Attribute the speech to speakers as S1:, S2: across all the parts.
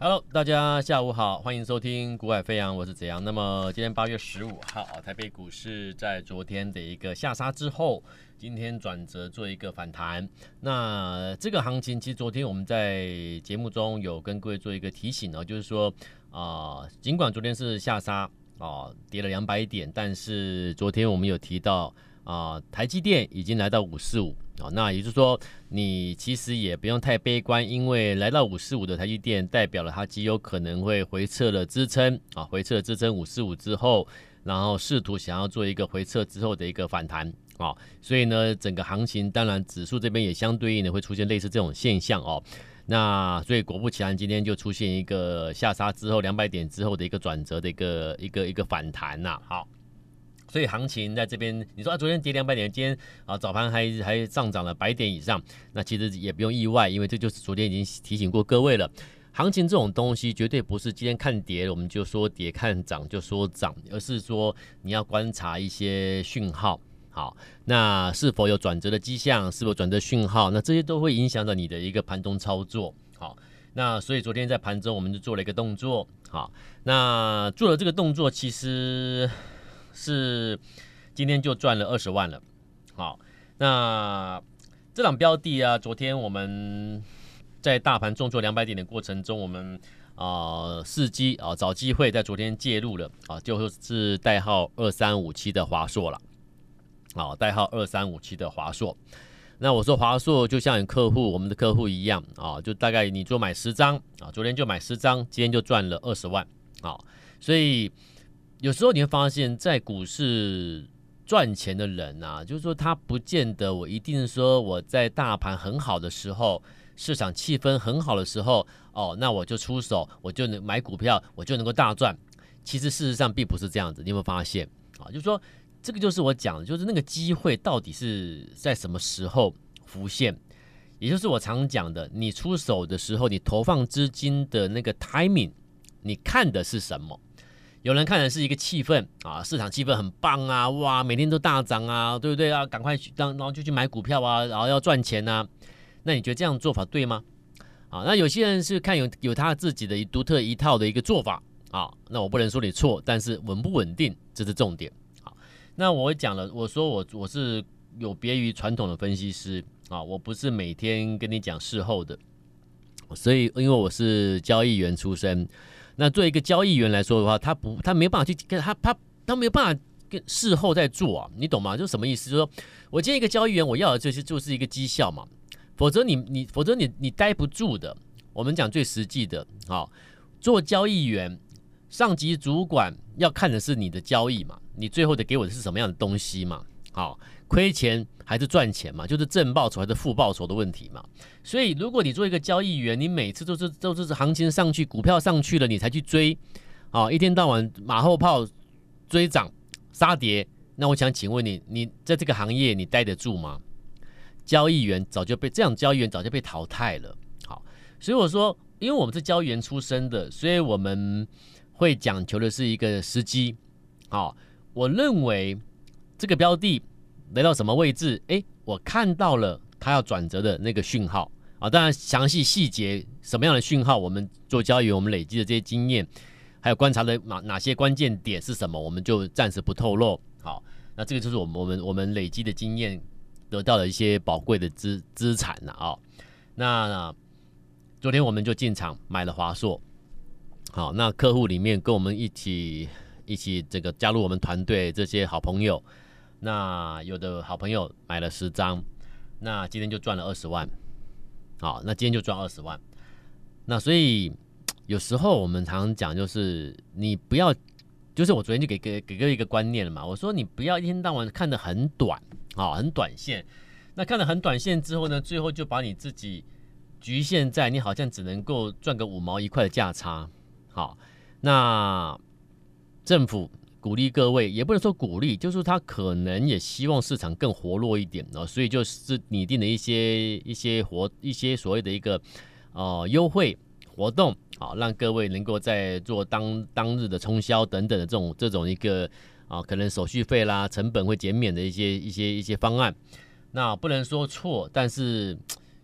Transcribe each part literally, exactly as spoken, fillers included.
S1: Hello， 大家下午好，欢迎收听股海飞扬，我是子阳。那么今天八月十五号，台北股市在昨天的一个下杀之后，今天转折做一个反弹。那这个行情，其实昨天我们在节目中有跟各位做一个提醒哦，就是说啊、呃，尽管昨天是下杀啊、呃，跌了两百点，但是昨天我们有提到啊、呃，台积电已经来到五四五。哦，那也就是说，你其实也不用太悲观，因为来到五四五的台积电，代表了它极有可能会回撤了支撑啊，回撤支撑五四五之后，然后试图想要做一个回撤之后的一个反弹啊，所以呢，整个行情当然指数这边也相对应的会出现类似这种现象哦。那所以果不其然，今天就出现一个下杀之后两百点之后的一个转折的一个一个一个反弹呐、啊，好。所以行情在这边，你说啊，昨天跌两百点，今天啊早盘还还上涨了百点以上，那其实也不用意外，因为这就是昨天已经提醒过各位了。行情这种东西绝对不是今天看跌我们就说跌，看涨就说涨，而是说你要观察一些讯号，好，那是否有转折的迹象，是否转折讯号，那这些都会影响到你的一个盘中操作，好。那所以昨天在盘中我们就做了一个动作，好，那做了这个动作其实。是今天就赚了二十万了，好，那这档标的啊，昨天我们在大盘重挫两百点的过程中，我们啊伺机啊找机会在昨天介入了啊，就是代号二三五七的华硕了，好，代号二三五七的华硕。那我说华硕就像你客户我们的客户一样啊，就大概你就买十张啊，昨天就买十张，今天就赚了二十万，好，所以。有时候你会发现，在股市赚钱的人啊，就是说他不见得我一定说我在大盘很好的时候，市场气氛很好的时候，哦，那我就出手，我就能买股票，我就能够大赚。其实事实上并不是这样子，你有没有发现啊？就是说，这个就是我讲的，就是那个机会到底是在什么时候浮现，也就是我常讲的，你出手的时候，你投放资金的那个 timing， 你看的是什么？有人看的是一个气氛啊，市场气氛很棒啊，哇，每天都大涨啊，对不对啊？赶快去，然后就去买股票啊，然后要赚钱啊。那你觉得这样做法对吗？啊，那有些人是看有有他自己的独特一套的一个做法啊，那我不能说你错，但是稳不稳定这是重点。好，那我讲了，我说我我是有别于传统的分析师啊，我不是每天跟你讲事后的，所以因为我是交易员出身。那作为一个交易员来说的话，他不，他没有办法去跟他，他他没有办法跟事后再做啊，你懂吗？就是什么意思？就是说我今天一个交易员，我要的就是就是一个绩效嘛，否则你你否则你你待不住的。我们讲最实际的，好，做交易员，上级主管要看的是你的交易嘛，你最后得给我的是什么样的东西嘛，好。亏钱还是赚钱嘛，就是正报酬还是负报酬的问题嘛。所以如果你做一个交易员，你每次都是都是行情上去，股票上去了，你才去追，啊，一天到晚马后炮追涨杀跌，那我想请问你，你在这个行业你待得住吗？交易员早就被这样交易员早就被淘汰了。好，所以我说，因为我们是交易员出身的，所以我们会讲求的是一个时机。好，我认为这个标的。来到什么位置？哎，我看到了它要转折的那个讯号啊！当然，详细细节什么样的讯号，我们做交易员我们累积的这些经验，还有观察的哪哪些关键点是什么，我们就暂时不透露。好，那这个就是我们我们我们累积的经验得到的一些宝贵的资资产了啊！那昨天我们就进场买了华硕，好，那客户里面跟我们一起一起这个加入我们团队这些好朋友。那有的好朋友买了十张，那今天就赚了二十万，好，那今天就赚二十万。那所以有时候我们常常讲，就是你不要，就是我昨天就给给给各位一个观念了嘛，我说你不要一天到晚看得很短，啊，很短线。那看得很短线之后呢，最后就把你自己局限在你好像只能够赚个五毛一块的价差。好，那政府。鼓励各位，也不能说鼓励，就是他可能也希望市场更活络一点哦，所以就是拟定了一些一些活一些所谓的一个呃优惠活动，好，让各位能够在做当当日的冲销等等的这种这种一个啊，可能手续费啦、成本会减免的一些一些一些方案。那不能说错，但是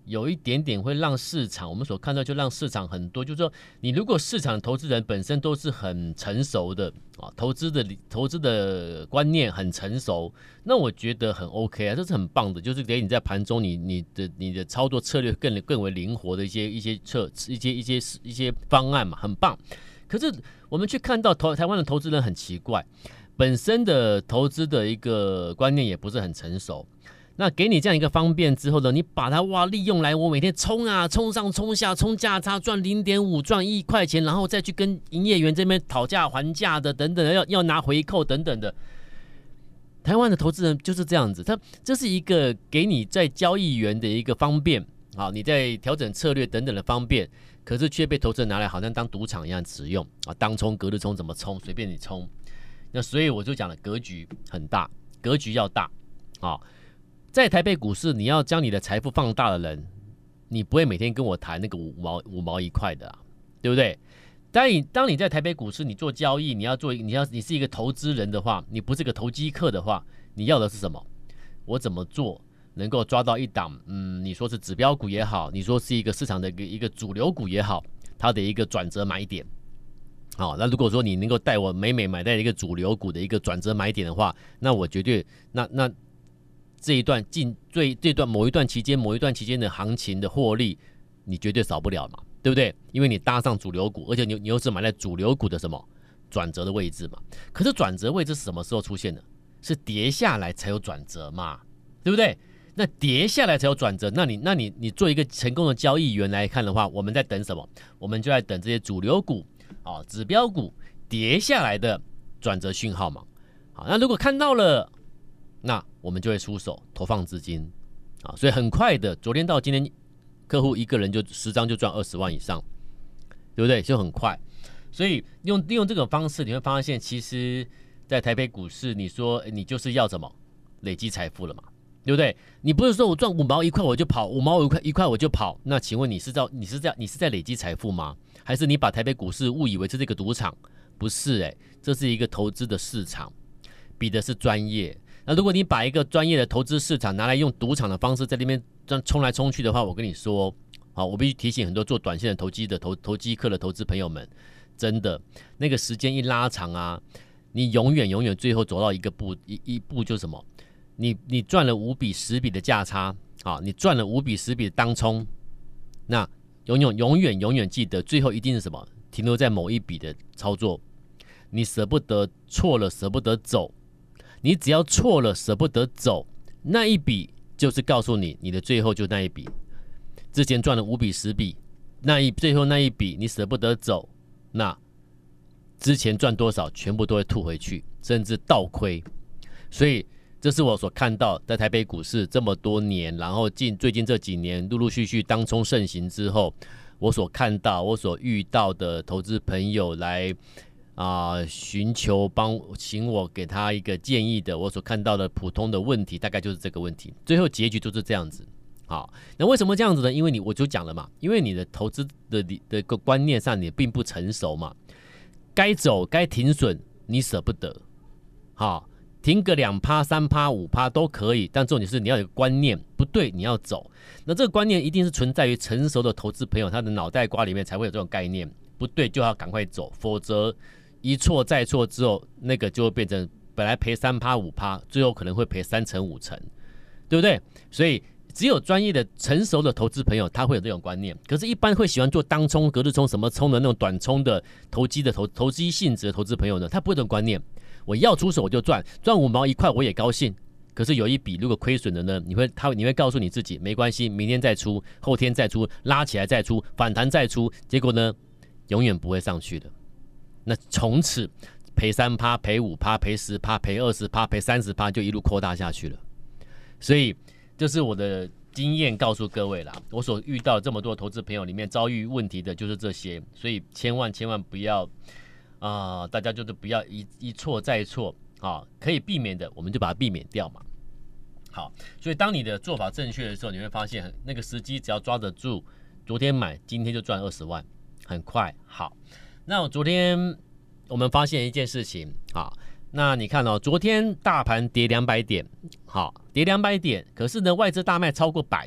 S1: 有一点点会让市场，我们所看到就让市场很多，就是说，你如果市场投资人本身都是很成熟的啊，投资的投资的观念很成熟，那我觉得很 OK 啊，这是很棒的，就是给你在盘中你你的你的操作策略更更为灵活的一些一些策一些一些一些方案嘛，很棒。可是我们去看到投台湾的投资人很奇怪，本身的投资的一个观念也不是很成熟。那给你这样一个方便之后呢，你把它哇利用来，我每天冲啊，冲上冲下，冲价差赚零点五，赚一块钱，然后再去跟营业员这边讨价还价的等等的，要要拿回扣等等的。台湾的投资人就是这样子，他这是一个给你在交易员的一个方便，好，你在调整策略等等的方便，可是却被投资人拿来好像当赌场一样使用啊，当冲、隔日冲怎么冲，随便你冲。那所以我就讲了，格局很大，格局要大，好。在台北股市，你要将你的财富放大的人，你不会每天跟我谈那个五毛五毛一块的啦，对不对？当你当你在台北股市，你做交易，你要做，你要你是一个投资人的话，你不是个投机客的话，你要的是什么？我怎么做能够抓到一档？嗯，你说是指标股也好，你说是一个市场的一个一个主流股也好，它的一个转折买点。好，那如果说你能够带我每每买在一个主流股的一个转折买点的话，那我绝对那那。这一段近最这段某一段期间某一段期间的行情的获利，你绝对少不了嘛，对不对？因为你搭上主流股，而且你你又是买在主流股的什么转折的位置嘛。可是转折位置是什么时候出现的？是跌下来才有转折嘛，对不对？那跌下来才有转折，那你那你你做一个成功的交易员来看的话，我们在等什么？我们就在等这些主流股啊、哦、指标股跌下来的转折讯号嘛。好，那如果看到了，那我们就会出手投放资金啊，所以很快的，昨天到今天，客户一个人就十张就赚二十万以上，对不对？就很快。所以用利用这种方式，你会发现，其实，在台北股市，你说你就是要什么累积财富了嘛，对不对？你不是说我赚五毛一块我就跑，五毛一块一块我就跑，那请问你是在你是在你是在累积财富吗？还是你把台北股市误以为这是一个赌场？不是哎、欸，这是一个投资的市场，比的是专业。那如果你把一个专业的投资市场拿来用赌场的方式在那边这样冲来冲去的话，我跟你说，好，我必须提醒很多做短线的投机的投投机客的投资朋友们，真的那个时间一拉长啊，你永远永远最后走到一个步一一步就是什么？你你赚了五笔十笔的价差，啊，你赚了五笔十笔的当冲，那永远永远永远记得，最后一定是什么？停留在某一笔的操作，你舍不得错了，舍不得走。你只要错了舍不得走，那一笔就是告诉你，你的最后就那一笔。之前赚了五笔十笔，那一最后那一笔你舍不得走，那之前赚多少全部都会吐回去，甚至倒亏。所以这是我所看到在台北股市这么多年，然后近最近这几年陆陆续续当冲盛行之后，我所看到我所遇到的投资朋友来啊、呃，寻求帮请我给他一个建议的，我所看到的普通的问题大概就是这个问题，最后结局就是这样子。好，那为什么这样子呢？因为你我就讲了嘛，因为你的投资的的个观念上你并不成熟嘛，该走该停损你舍不得，好，停个两趴三趴五趴都可以，但重点是你要有个观念不对，你要走。那这个观念一定是存在于成熟的投资朋友他的脑袋瓜里面才会有这种概念，不对就要赶快走，否则一错再错之后，那个就会变成本来赔三趴五趴，最后可能会赔三成五成，对不对？所以只有专业的成熟的投资朋友他会有这种观念，可是一般会喜欢做当冲隔日冲什么冲的那种短冲的投机的投投机性质的投资朋友呢，他不会有这种观念，我要出手我就赚，赚五毛一块我也高兴。可是有一笔如果亏损了呢，你会他你会告诉你自己没关系，明天再出，后天再出，拉起来再出，反弹再出，结果呢永远不会上去的。那从此赔三趴、赔五趴、赔十趴、赔二十趴、赔三十趴，就一路扩大下去了。所以这是我的经验告诉各位啦，我所遇到这么多投资朋友里面遭遇问题的就是这些，所以千万千万不要啊、呃，大家就是不要一一错再错啊，可以避免的我们就把它避免掉嘛。好，所以当你的做法正确的时候，你会发现那个时机只要抓得住，昨天买，今天就赚二十万，很快。好。那我昨天我们发现一件事情，好，那你看哦，昨天大盘跌两百点，好，跌两百点，可是呢外资大卖超过百亿，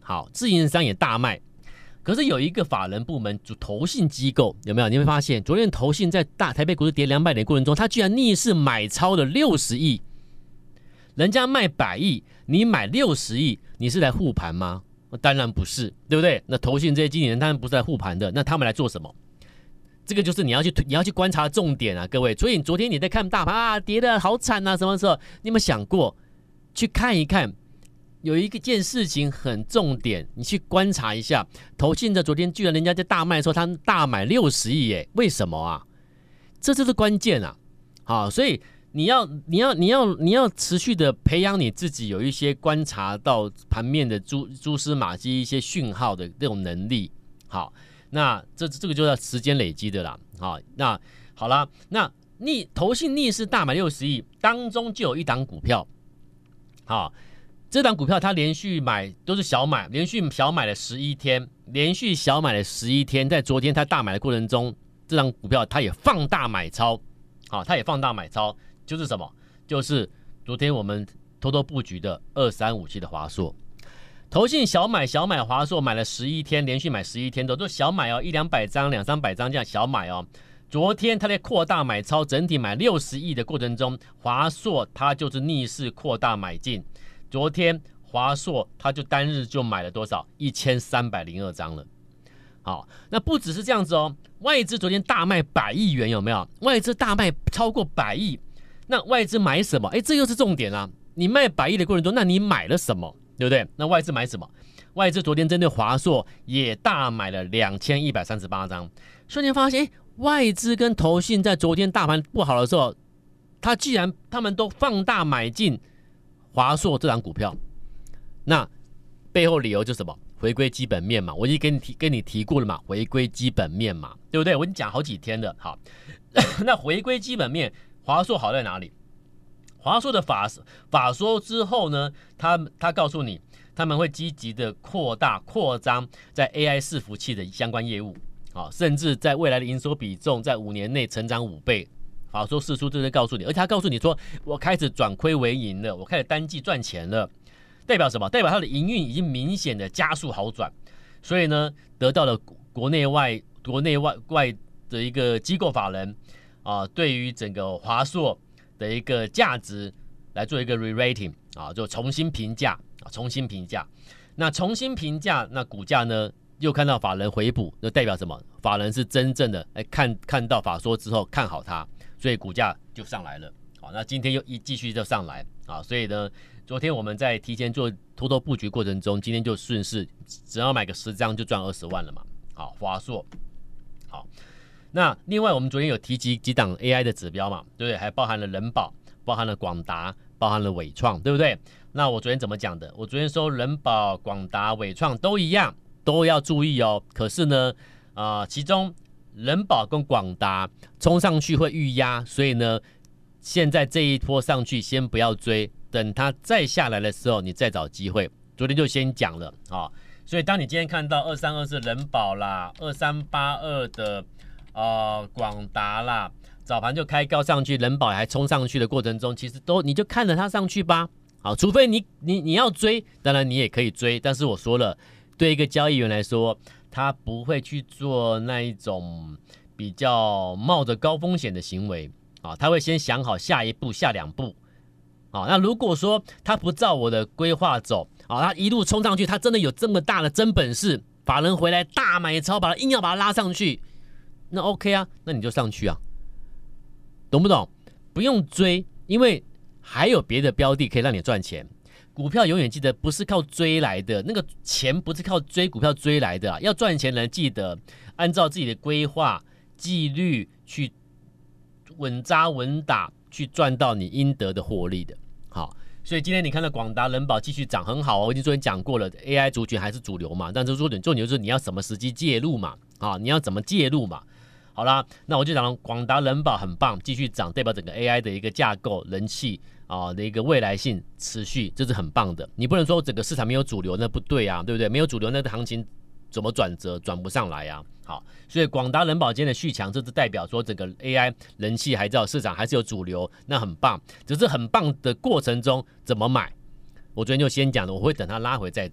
S1: 好，自营商也大卖。可是有一个法人部门，就投信机构有没有？你会发现，昨天投信在大台北股市跌两百点过程中，它居然逆势买超了六十亿。人家卖百亿，你买六十亿，你是来护盘吗？当然不是，对不对？那投信这些经理人当然不是来护盘的，那他们来做什么？这个就是你要去你要去观察的重点啊，各位。所以昨天你在看大盘啊，跌得好惨啊，什么时候？你有没有想过去看一看？有一件事情很重点，你去观察一下。投信的昨天居然人家在大卖的时候，他大买六十亿耶，为什么啊？这就是关键啊！好，所以你要你要你要你要持续的培养你自己有一些观察到盘面的蛛蛛丝马迹、一些讯号的这种能力。好，那这这个就要时间累积的啦。好，那好啦，那逆投信逆势大买六十亿，当中就有一档股票，好。这档股票它连续买都是小买，连续小买了十一天，连续小买了十一天，在昨天它大买的过程中，这档股票它也放大买超，好，它也放大买超，就是什么？就是昨天我们偷偷布局的二三五七的华硕，投信小买小买华硕买了十一天，连续买十一天都都小买哦，一两百张、两三百张这样小买哦。昨天它在扩大买超，整体买六十亿的过程中，华硕它就是逆势扩大买进。昨天华硕它就单日就买了多少？一千三百零二张了。好，那不只是这样子哦，外资昨天大卖百亿元，有没有？外资大卖超过百亿，那外资买什么？哎，这又是重点啊！你卖百亿的过程中，那你买了什么？对不对？那外资买什么？外资昨天针对华硕也大买了两千一百三十八张。瞬间发现，哎，外资跟投信在昨天大盘不好的时候，他既然他们都放大买进华硕这档股票，那背后理由就是什么？回归基本面嘛，我已经跟你提跟你提过了嘛，回归基本面嘛，对不对？我已经讲好几天了。好，那回归基本面，华硕好在哪里？华硕的法法说之后呢，他他告诉你，他们会积极的扩大扩张在 A I 伺服器的相关业务，好，甚至在未来的营收比重在五年内成长五倍。法说释出这是告诉你，而且他告诉你说，我开始转亏为盈了，我开始单季赚钱了，代表什么？代表它的营运已经明显的加速好转，所以呢，得到了国内外国内外外的一个机构法人啊，对于整个华硕的一个价值来做一个 re-rating 啊，就重新评价啊，重新评价。那重新评价，那股价呢又看到法人回补，那代表什么？法人是真正的哎看看到法说之后看好它。所以股价就上来了，好，那今天又一继续就上来啊，所以呢，昨天我们在提前做偷偷布局过程中，今天就顺势只要买个十张就赚二十万了嘛，好，华硕，好，那另外我们昨天有提及几档 A I 的指标嘛，对不对？还包含了人保，包含了广达，包含了伟创，对不对？那我昨天怎么讲的？我昨天说人保、广达、伟创都一样，都要注意哦。可是呢，啊、呃，其中人保跟广达冲上去会预压，所以呢，现在这一波上去先不要追，等它再下来的时候，你再找机会。昨天就先讲了啊、哦，所以当你今天看到二三二四人保啦，二三八二的呃广达啦，早盘就开高上去，人保还冲上去的过程中，其实都你就看着它上去吧。好，除非你你你要追，当然你也可以追，但是我说了，对一个交易员来说，他不会去做那一种比较冒着高风险的行为啊，他会先想好下一步、下两步啊。那如果说他不照我的规划走啊，他一路冲上去，他真的有这么大的真本事，法人回来大买超，把他硬要把他拉上去，那 OK 啊，那你就上去啊，懂不懂？不用追，因为还有别的标的可以让你赚钱。股票永远记得不是靠追来的，那个钱不是靠追股票追来的、啊、要赚钱的人记得按照自己的规划纪律去稳扎稳打去赚到你应得的获利的。好，所以今天你看到广达、人保继续涨很好哦，我已经昨天讲过了 A I 族群还是主流嘛，但是重点重点就是你要什么时机介入嘛，啊，你要怎么介入嘛。好啦，那我就讲广达、人保很棒，继续涨，代表整个 A I 的一个架构、人气啊的一个未来性持续，这是很棒的。你不能说整个市场没有主流，那不对啊，对不对？没有主流，那个行情怎么转折？转不上来啊。好，所以广达、人保今天的续强，这是代表说整个 A I 人气还在市场还是有主流，那很棒。只是很棒的过程中怎么买？我昨天就先讲了，我会等它拉回再做。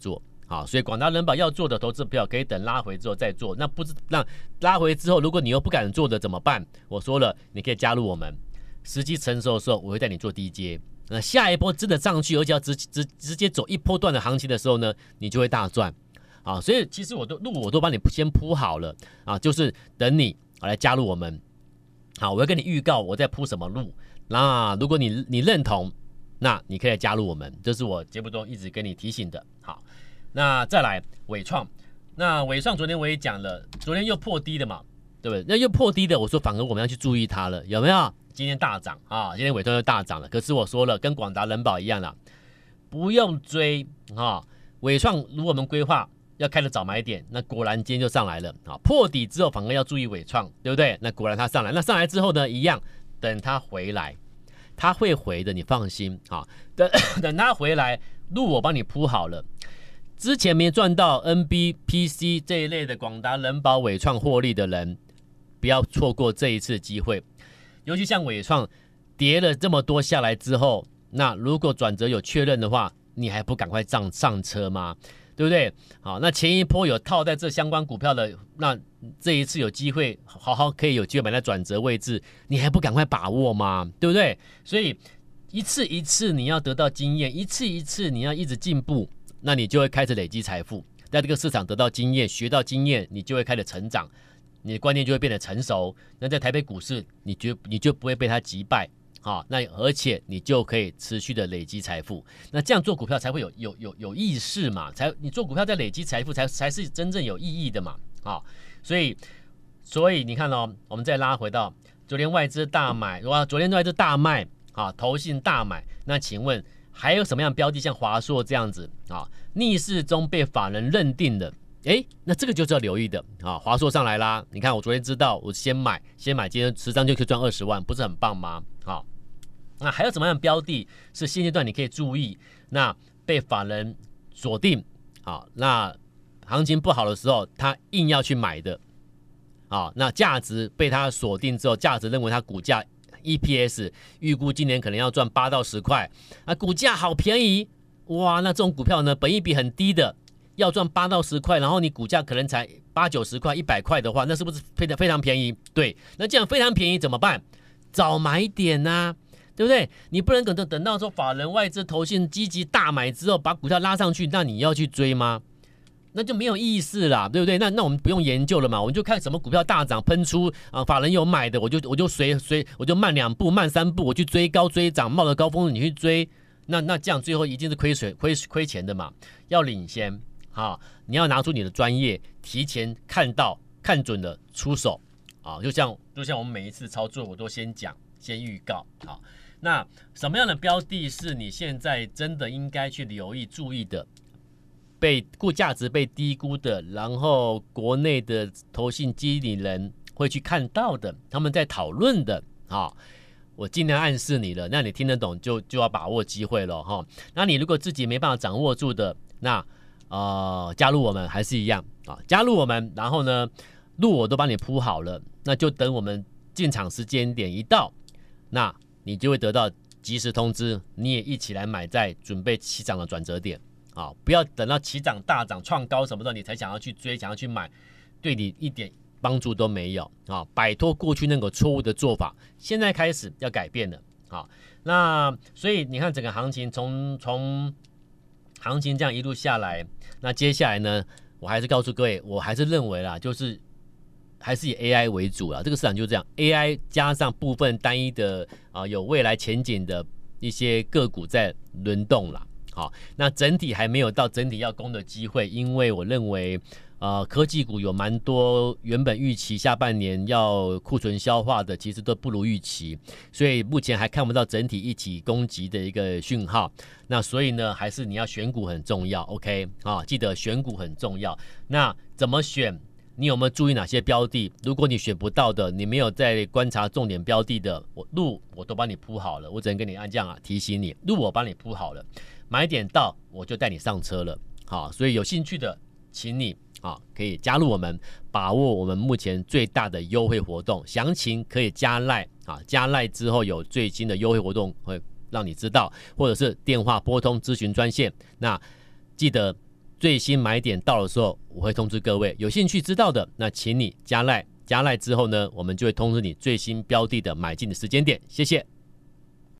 S1: 好，所以广达人保要做的投资票可以等拉回之后再做。那不是让拉回之后，如果你又不敢做的怎么办？我说了，你可以加入我们，时机成熟的时候，我会带你做低阶。那下一波真的上去，而且要直直直接走一波段的行情的时候呢，你就会大赚。啊，所以其实我都路我都帮你先铺好了啊，就是等你来加入我们。好，我会跟你预告我在铺什么路。那如果你你认同，那你可以加入我们，这是我节目中一直跟你提醒的。好。那再来伟创，那伟创昨天我也讲了，昨天又破低的嘛，对不对？那又破低的，我说反而我们要去注意它了，有没有？今天大涨啊，今天伟创又大涨了。可是我说了，跟广达人保一样啦，不用追啊。伟创如果我们规划要开的早买点，那果然今天就上来了啊。破底之后反而要注意伟创，对不对？那果然它上来，那上来之后呢，一样等它回来，它会回的，你放心啊。等等它回来，路我帮你铺好了。之前没赚到 N B、P C 这一类的广达、人保、伟创获利的人，不要错过这一次机会。尤其像伟创跌了这么多下来之后，那如果转折有确认的话，你还不赶快上上车吗？对不对？好，那前一波有套在这相关股票的，那这一次有机会好好可以有机会买在转折位置，你还不赶快把握吗？对不对？所以一次一次你要得到经验，一次一次你要一直进步。那你就会开始累积财富，在这个市场得到经验，学到经验，你就会开始成长，你的观念就会变得成熟。那在台北股市，你就你就不会被它击败，好，那而且你就可以持续的累积财富。那这样做股票才会有有有有意识嘛，才你做股票在累积财富才才是真正有意义的嘛，好，所以所以你看哦，我们再拉回到昨天外资大买，哇，昨天外资大卖，啊，投信大买，那请问？还有什么样的标的像华硕这样子啊，逆势中被法人认定的，哎，那这个就是要留意的啊。华硕上来啦，你看我昨天知道，我先买，先买，今天十张就可以赚二十万，不是很棒吗？好，那还有什么样的标的是现阶段你可以注意？那被法人锁定，好，那行情不好的时候，他硬要去买的，好，那价值被他锁定之后，价值认为他股价。E P S 预估今年可能要赚八到十块，啊，股价好便宜哇！那这种股票呢，本益比很低的，要赚八到十块，然后你股价可能才八九十块、一百块的话，那是不是非常非常便宜？对，那这样非常便宜怎么办？早买点呐、啊，对不对？你不能等等到说法人外资投信积极大买之后，把股票拉上去，那你要去追吗？那就没有意思啦，对不对？那那我们不用研究了嘛，我们就看什么股票大涨喷出啊，法人有买的，我就我就随随我就慢两步慢三步，我去追高追涨，冒着高峰你去追，那那这样最后一定是亏水亏亏钱的嘛。要领先啊，你要拿出你的专业，提前看到看准了出手啊，就像就像我们每一次操作，我都先讲先预告啊。那什么样的标的是你现在真的应该去留意注意的？被估价值被低估的，然后国内的投信经理人会去看到的，他们在讨论的啊，我尽量暗示你了，那你听得懂就就要把握机会了哈。那你如果自己没办法掌握住的，那呃加入我们还是一样啊，加入我们，然后呢路我都帮你铺好了，那就等我们进场时间点一到，那你就会得到及时通知，你也一起来买在准备起涨的转折点。啊，不要等到起涨大涨创高什么的，你才想要去追，想要去买，对你一点帮助都没有啊！摆脱过去那个错误的做法，现在开始要改变了啊！那所以你看整个行情从从行情这样一路下来，那接下来呢，我还是告诉各位，我还是认为啦，就是还是以 A I 为主啦，这个市场就是这样 ，A I 加上部分单一的啊有未来前景的一些个股在轮动啦。好，那整体还没有到整体要攻的机会，因为我认为，呃，科技股有蛮多原本预期下半年要库存消化的，其实都不如预期，所以目前还看不到整体一起攻击的一个讯号。那所以呢，还是你要选股很重要 ，OK 啊，记得选股很重要。那怎么选？你有没有注意哪些标的？如果你选不到的，你没有在观察重点标的的，我路我都帮你铺好了，我只能跟你按这样啊提醒你，路我帮你铺好了。买点到我就带你上车了，好，所以有兴趣的，请你啊可以加入我们，把握我们目前最大的优惠活动，详情可以加赖啊，加赖之后有最新的优惠活动会让你知道，或者是电话拨通咨询专线，那记得最新买点到的时候，我会通知各位。有兴趣知道的，那请你加赖，加赖之后呢，我们就会通知你最新标的的买进的时间点。谢谢。